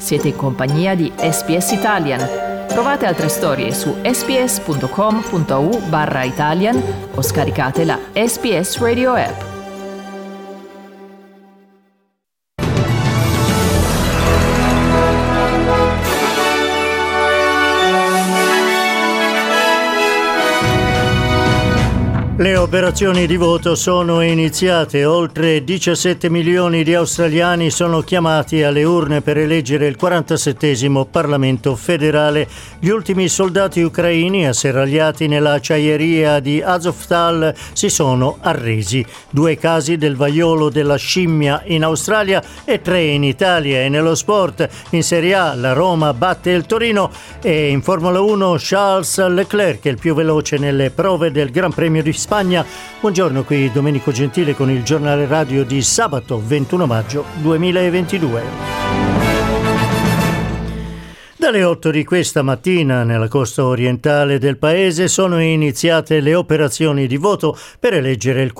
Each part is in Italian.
Siete in compagnia di SBS Italian. Trovate altre storie su sbs.com.au/Italian o scaricate la SBS Radio app. Le operazioni di voto sono iniziate. Oltre 17 milioni di australiani sono chiamati alle urne per eleggere il 47° Parlamento federale. Gli ultimi soldati ucraini asserragliati nella acciaieria di Azovstal si sono arresi. 2 casi del vaiolo della scimmia in Australia e 3 in Italia. E nello sport, in Serie A, la Roma batte il Torino e in Formula 1 Charles Leclerc è il più veloce nelle prove del Gran Premio di Spagna. Buongiorno, qui Domenico Gentile con il giornale radio di sabato 21 maggio 2022. Dalle 8 di questa mattina nella costa orientale del paese sono iniziate le operazioni di voto per eleggere il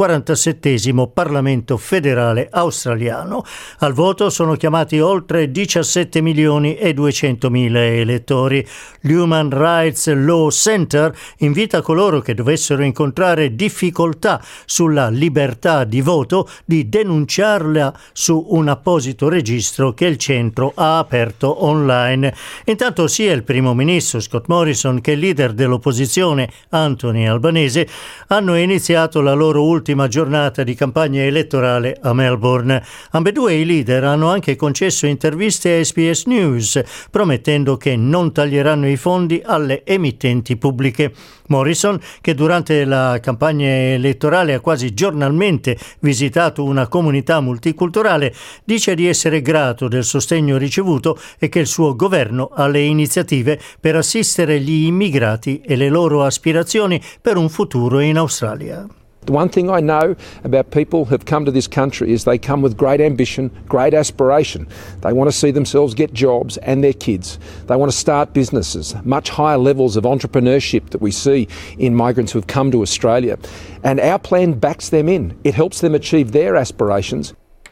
47° Parlamento federale australiano. Al voto sono chiamati oltre 17 milioni e 200.000 elettori. L'Human Rights Law Center invita coloro che dovessero incontrare difficoltà sulla libertà di voto di denunciarla su un apposito registro che il centro ha aperto online. Intanto sia il primo ministro Scott Morrison che il leader dell'opposizione Anthony Albanese hanno iniziato la loro ultima giornata di campagna elettorale a Melbourne. Ambedue i leader hanno anche concesso interviste a SBS News, promettendo che non taglieranno i fondi alle emittenti pubbliche. Morrison, che durante la campagna elettorale ha quasi giornalmente visitato una comunità multiculturale, dice di essere grato del sostegno ricevuto e che il suo governo ha le iniziative per assistere gli immigrati e le loro aspirazioni per un futuro in Australia. The one thing I know about people who have come to this country is they come with great ambition, great aspiration. They want to see themselves get jobs and their kids. They want to start businesses, much higher levels of entrepreneurship that we see in migrants who have come to Australia. And our plan backs them in. It helps them achieve their aspirations.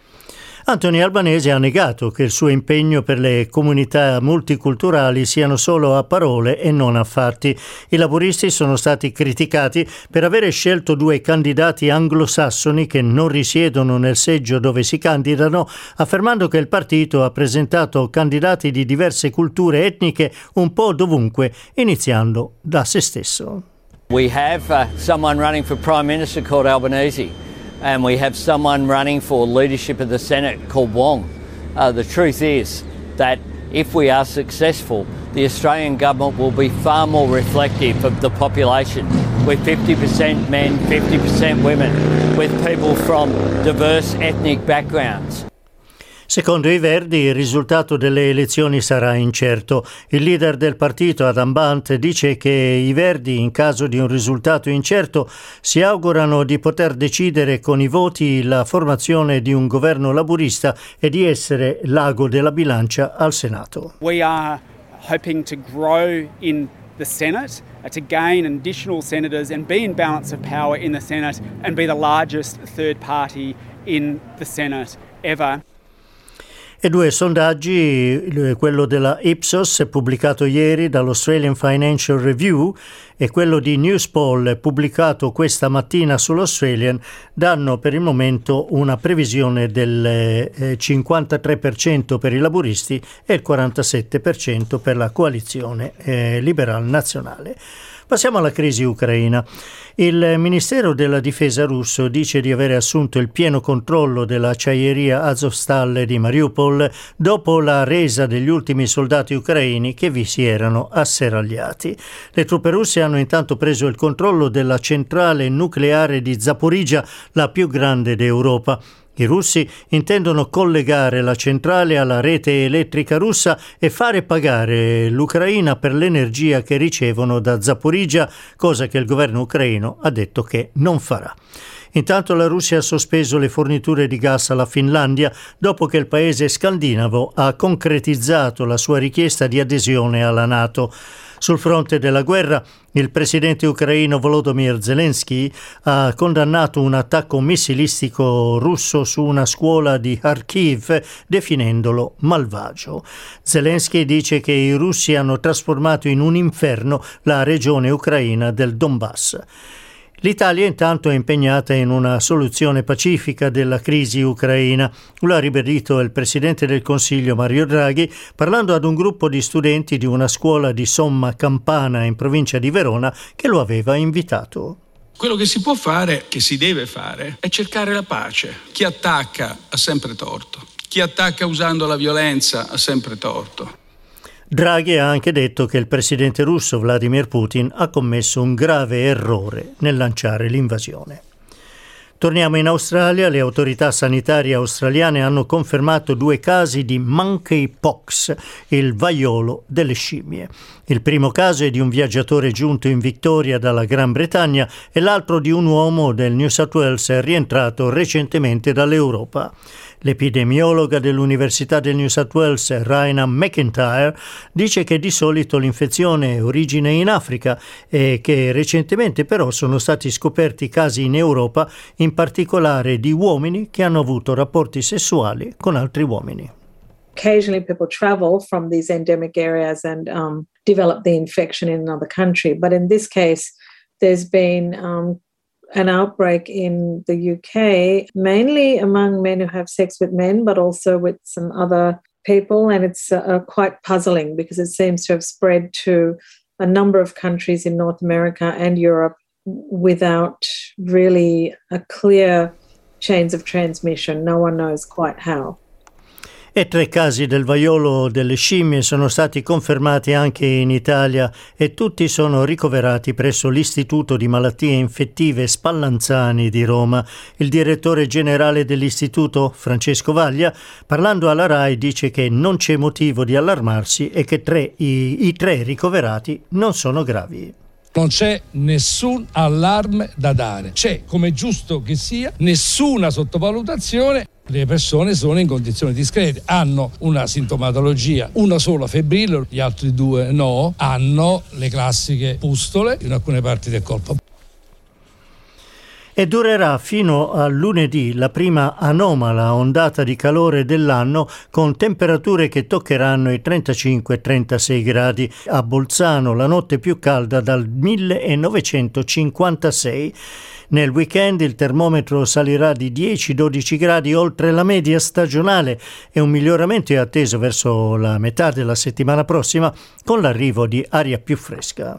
Anthony Albanese ha negato che il suo impegno per le comunità multiculturali siano solo a parole e non a fatti. I laburisti sono stati criticati per avere scelto 2 candidati anglosassoni che non risiedono nel seggio dove si candidano, affermando che il partito ha presentato candidati di diverse culture etniche un po' dovunque, iniziando da se stesso. We have someone running for Prime Minister called Albanese. And we have someone running for leadership of the Senate called Wong. The truth is that if we are successful, the Australian government will be far more reflective of the population, with 50% men, 50% women, with people from diverse ethnic backgrounds. Secondo i Verdi il risultato delle elezioni sarà incerto. Il leader del partito Adam Bant dice che i Verdi, in caso di un risultato incerto, si augurano di poter decidere con i voti la formazione di un governo laburista e di essere l'ago della bilancia al Senato. We are hoping to grow in the Senate, to gain additional senators and be in balance of power in the Senate and be the largest third party in the Senate ever. E 2 sondaggi, quello della Ipsos pubblicato ieri dall'Australian Financial Review e quello di Newspoll pubblicato questa mattina sull'Australian, danno per il momento una previsione del 53% per i laburisti e il 47% per la coalizione liberal nazionale. Passiamo alla crisi ucraina. Il Ministero della Difesa russo dice di avere assunto il pieno controllo dell'acciaieria Azovstal di Mariupol dopo la resa degli ultimi soldati ucraini che vi si erano asserragliati. Le truppe russe hanno intanto preso il controllo della centrale nucleare di Zaporizhzhia, la più grande d'Europa. I russi intendono collegare la centrale alla rete elettrica russa e fare pagare l'Ucraina per l'energia che ricevono da Zaporizhzhia, cosa che il governo ucraino ha detto che non farà. Intanto la Russia ha sospeso le forniture di gas alla Finlandia dopo che il paese scandinavo ha concretizzato la sua richiesta di adesione alla NATO. Sul fronte della guerra, il presidente ucraino Volodymyr Zelensky ha condannato un attacco missilistico russo su una scuola di Kharkiv, definendolo malvagio. Zelensky dice che i russi hanno trasformato in un inferno la regione ucraina del Donbass. L'Italia intanto è impegnata in una soluzione pacifica della crisi ucraina. Lo ha ribadito il Presidente del Consiglio Mario Draghi parlando ad un gruppo di studenti di una scuola di Somma Campana in provincia di Verona che lo aveva invitato. Quello che si può fare, che si deve fare, è cercare la pace. Chi attacca ha sempre torto. Chi attacca usando la violenza ha sempre torto. Draghi ha anche detto che il presidente russo Vladimir Putin ha commesso un grave errore nel lanciare l'invasione. Torniamo in Australia. Le autorità sanitarie australiane hanno confermato 2 casi di monkeypox, il vaiolo delle scimmie. Il primo caso è di un viaggiatore giunto in Victoria dalla Gran Bretagna e l'altro di un uomo del New South Wales rientrato recentemente dall'Europa. L'epidemiologa dell'Università del New South Wales, Raina McIntyre, dice che di solito l'infezione ha origine in Africa e che recentemente però sono stati scoperti casi in Europa, in particolare di uomini che hanno avuto rapporti sessuali con altri uomini. Occasionally people travel from these endemic areas and develop the infection in another country. But in this case, there's been an outbreak in the UK, mainly among men who have sex with men, but also with some other people. And it's quite puzzling because it seems to have spread to a number of countries in North America and Europe without really a clear chains of transmission. No one knows quite how. E 3 casi del vaiolo delle scimmie sono stati confermati anche in Italia e tutti sono ricoverati presso l'Istituto di Malattie Infettive Spallanzani di Roma. Il direttore generale dell'istituto, Francesco Vaglia, parlando alla RAI, dice che non c'è motivo di allarmarsi e che i 3 ricoverati non sono gravi. Non c'è nessun allarme da dare, c'è, come giusto che sia, nessuna sottovalutazione. Le persone sono in condizioni discrete, hanno una sintomatologia, una sola febbrile, gli altri 2 no, hanno le classiche pustole in alcune parti del corpo. E durerà fino a lunedì la prima anomala ondata di calore dell'anno, con temperature che toccheranno i 35-36 gradi. A Bolzano la notte più calda dal 1956. Nel weekend il termometro salirà di 10-12 gradi oltre la media stagionale e un miglioramento è atteso verso la metà della settimana prossima con l'arrivo di aria più fresca.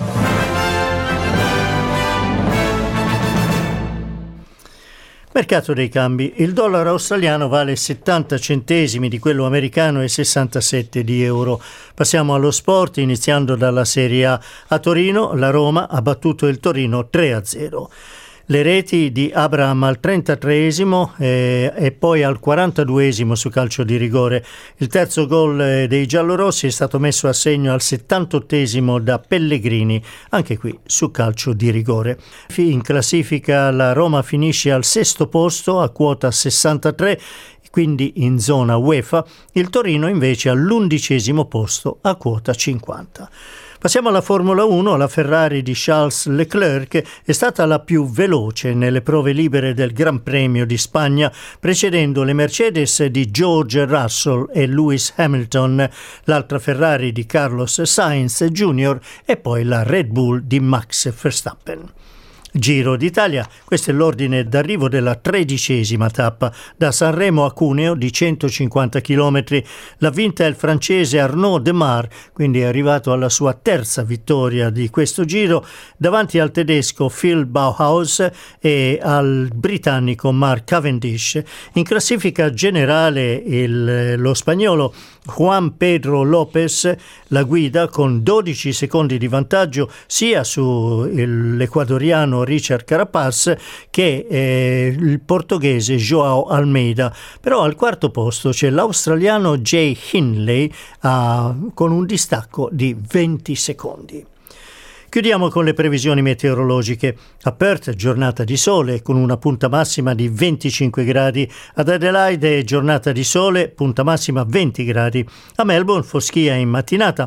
Mercato dei cambi. Il dollaro australiano vale 70 centesimi di quello americano e 67 di euro. Passiamo allo sport, iniziando dalla Serie A. A Torino la Roma ha battuto il Torino 3-0. Le reti di Abraham al 33esimo e poi al 42esimo su calcio di rigore. Il terzo gol dei giallorossi è stato messo a segno al 78esimo da Pellegrini, anche qui su calcio di rigore. In classifica la Roma finisce al 6° posto a quota 63, quindi in zona UEFA. Il Torino invece all'11° posto a quota 50. Passiamo alla Formula 1. La Ferrari di Charles Leclerc è stata la più veloce nelle prove libere del Gran Premio di Spagna, precedendo le Mercedes di George Russell e Lewis Hamilton, l'altra Ferrari di Carlos Sainz Jr. e poi la Red Bull di Max Verstappen. Giro d'Italia, questo è l'ordine d'arrivo della 13ª tappa, da Sanremo a Cuneo di 150 km. L'ha vinta il francese Arnaud Démare, quindi è arrivato alla sua 3ª vittoria di questo giro, davanti al tedesco Phil Bauhaus e al britannico Mark Cavendish. In classifica generale lo spagnolo Juan Pedro Lopez la guida con 12 secondi di vantaggio sia sull'ecuadoriano Richard Carapaz che il portoghese João Almeida. Però al 4° posto c'è l'australiano Jay Hindley con un distacco di 20 secondi. Chiudiamo con le previsioni meteorologiche. A Perth giornata di sole con una punta massima di 25 gradi. Ad Adelaide giornata di sole, punta massima 20 gradi. A Melbourne foschia in mattinata,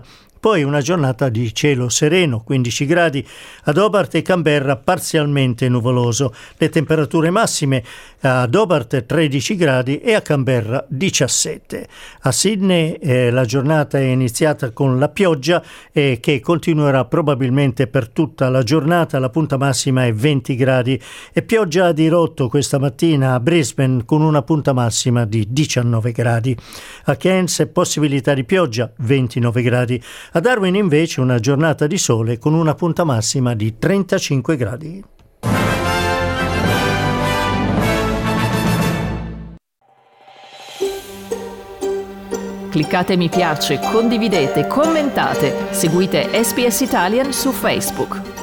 Poi una giornata di cielo sereno, 15 gradi, ad Hobart e Canberra parzialmente nuvoloso. Le temperature massime ad Hobart 13 gradi e a Canberra 17. A Sydney la giornata è iniziata con la pioggia che continuerà probabilmente per tutta la giornata. La punta massima è 20 gradi e pioggia a dirotto questa mattina a Brisbane con una punta massima di 19 gradi. A Cairns possibilità di pioggia, 29 gradi. A Darwin invece una giornata di sole con una punta massima di 35 gradi. Cliccate mi piace, condividete, commentate, seguite SBS Italian su Facebook.